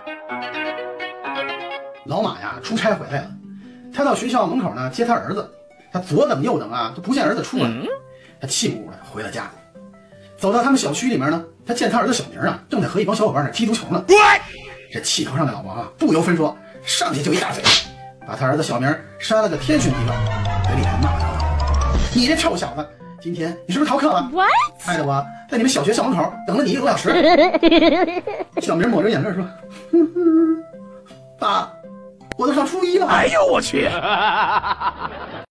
老马呀，出差回来了，他到学校门口呢接他儿子，他左等右等啊，都不见儿子出来，他气鼓鼓的回了家。走到他们小区里面呢，他见他儿子小明啊，正在和一帮小伙伴那踢足球呢。这气头上的老王啊，不由分说，上去就一大嘴，把他儿子小明扇了个天旋地转，嘴里还骂道：“你这臭小子，今天你是不是逃课了？害得我在你们小学校门口等了你1个多小时。”小明抹着眼泪说：“爸，我都上初一了。” 哎呦我去！